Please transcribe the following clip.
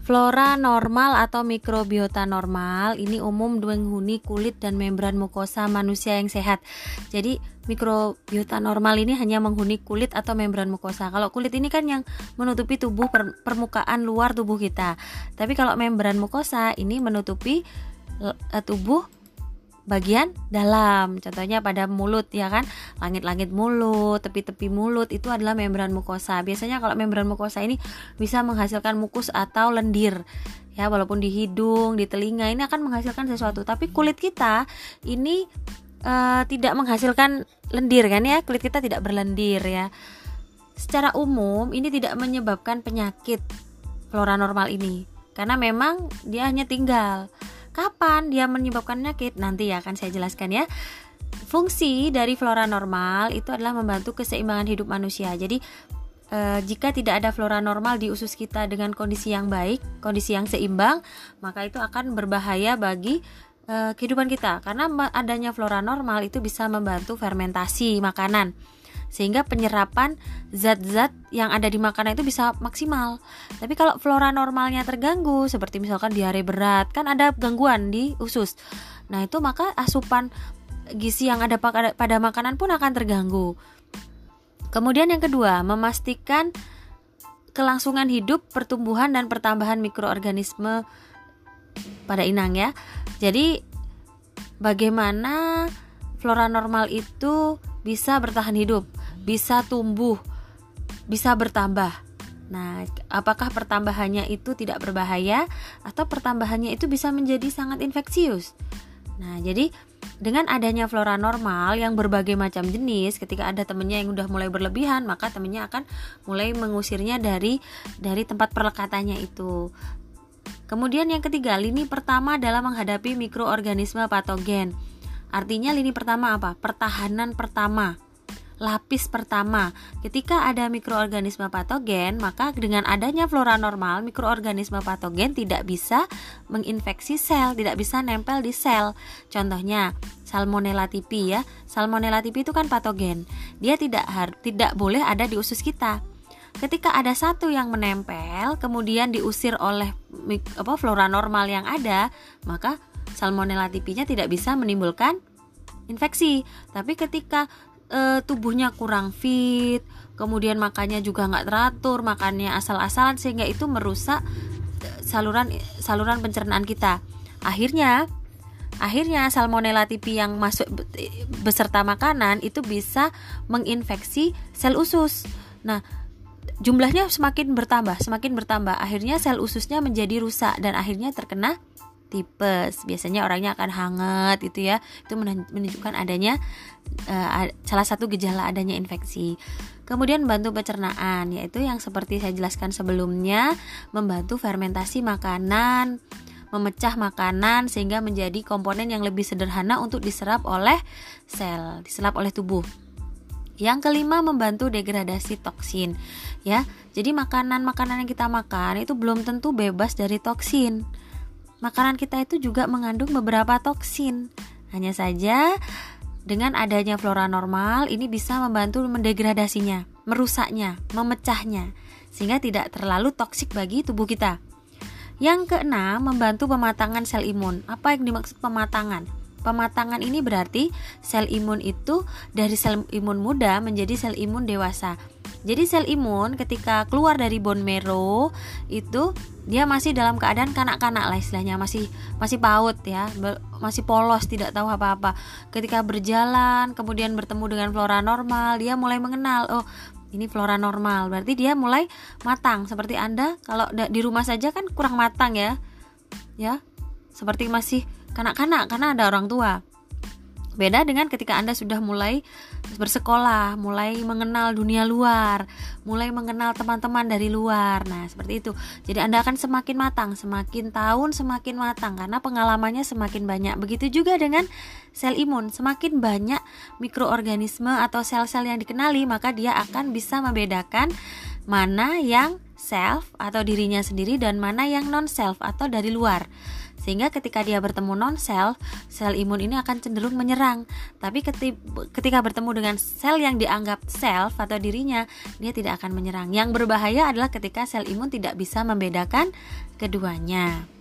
Flora normal atau mikrobiota normal ini umum menghuni kulit dan membran mukosa manusia yang sehat. Jadi mikrobiota normal ini hanya menghuni kulit atau membran mukosa. Kalau kulit ini kan yang menutupi tubuh permukaan luar tubuh kita. Tapi kalau membran mukosa ini menutupi tubuh bagian dalam, contohnya pada mulut ya kan, langit-langit mulut, tepi-tepi mulut itu adalah membran mukosa. Biasanya kalau membran mukosa ini bisa menghasilkan mukus atau lendir ya, walaupun di hidung, di telinga ini akan menghasilkan sesuatu. Tapi kulit kita ini tidak menghasilkan lendir kan ya, kulit kita tidak berlendir ya. Secara umum ini tidak menyebabkan penyakit flora normal ini, karena memang dia hanya tinggal. Kapan dia menyebabkan penyakit? Nanti ya akan saya jelaskan ya. Fungsi dari flora normal itu adalah membantu keseimbangan hidup manusia. Jadi jika tidak ada flora normal di usus kita dengan kondisi yang baik, kondisi yang seimbang, maka itu akan berbahaya bagi kehidupan kita. Karena adanya flora normal itu bisa membantu fermentasi makanan, sehingga penyerapan zat-zat yang ada di makanan itu bisa maksimal. Tapi kalau flora normalnya terganggu, seperti misalkan diare berat, kan ada gangguan di usus. Nah itu maka asupan gizi yang ada pada makanan pun akan terganggu. Kemudian yang kedua, memastikan kelangsungan hidup, pertumbuhan dan pertambahan mikroorganisme pada inang ya. Jadi bagaimana flora normal itu bisa bertahan hidup, bisa tumbuh, bisa bertambah. Nah, apakah pertambahannya itu tidak berbahaya atau pertambahannya itu bisa menjadi sangat infeksius? Nah, jadi dengan adanya flora normal yang berbagai macam jenis, ketika ada temennya yang udah mulai berlebihan, maka temennya akan mulai mengusirnya dari tempat perlekatannya itu. Kemudian yang ketiga, lini pertama dalam menghadapi mikroorganisme patogen. Artinya lini pertama apa? Pertahanan pertama, lapis pertama. Ketika ada mikroorganisme patogen, maka dengan adanya flora normal, mikroorganisme patogen tidak bisa menginfeksi sel, tidak bisa nempel di sel. Contohnya Salmonella typhi ya. Salmonella typhi itu kan patogen. Dia tidak boleh ada di usus kita. Ketika ada satu yang menempel, kemudian diusir oleh flora normal yang ada, maka Salmonella typhi-nya tidak bisa menimbulkan infeksi. Tapi ketika tubuhnya kurang fit, kemudian makannya juga nggak teratur, makannya asal-asalan, sehingga itu merusak saluran pencernaan kita. Akhirnya Salmonella typhi yang masuk beserta makanan itu bisa menginfeksi sel usus. Nah, jumlahnya semakin bertambah. Akhirnya sel ususnya menjadi rusak dan akhirnya terkena tipes. Biasanya orangnya akan hangat gitu ya. Itu menunjukkan adanya salah satu gejala adanya infeksi. Kemudian membantu pencernaan, yaitu yang seperti saya jelaskan sebelumnya, membantu fermentasi makanan, memecah makanan sehingga menjadi komponen yang lebih sederhana untuk diserap oleh sel, diserap oleh tubuh. Yang kelima, membantu degradasi toksin ya. Jadi makanan-makanan yang kita makan itu belum tentu bebas dari toksin. Makanan kita itu juga mengandung beberapa toksin. Hanya saja dengan adanya flora normal ini bisa membantu mendegradasinya, merusaknya, memecahnya, sehingga tidak terlalu toksik bagi tubuh kita. Yang keenam, membantu pematangan sel imun. Apa yang dimaksud pematangan? Pematangan ini berarti sel imun itu dari sel imun muda menjadi sel imun dewasa. Jadi sel imun ketika keluar dari bone marrow itu dia masih dalam keadaan kanak-kanak lah istilahnya, masih PAUD ya, masih polos, tidak tahu apa-apa. Ketika berjalan kemudian bertemu dengan flora normal, dia mulai mengenal, oh ini flora normal, berarti dia mulai matang. Seperti Anda kalau di rumah saja kan kurang matang ya, seperti masih kanak-kanak karena ada orang tua. Beda dengan ketika Anda sudah mulai bersekolah, mulai mengenal dunia luar, mulai mengenal teman-teman dari luar. Nah, seperti itu. Jadi Anda akan semakin matang, semakin tahun semakin matang karena pengalamannya semakin banyak. Begitu juga dengan sel imun, semakin banyak mikroorganisme atau sel-sel yang dikenali, maka dia akan bisa membedakan mana yang self atau dirinya sendiri dan mana yang non self atau dari luar. Sehingga ketika dia bertemu non-self, sel imun ini akan cenderung menyerang. Tapi ketika bertemu dengan sel yang dianggap self atau dirinya, dia tidak akan menyerang. Yang berbahaya adalah ketika sel imun tidak bisa membedakan keduanya.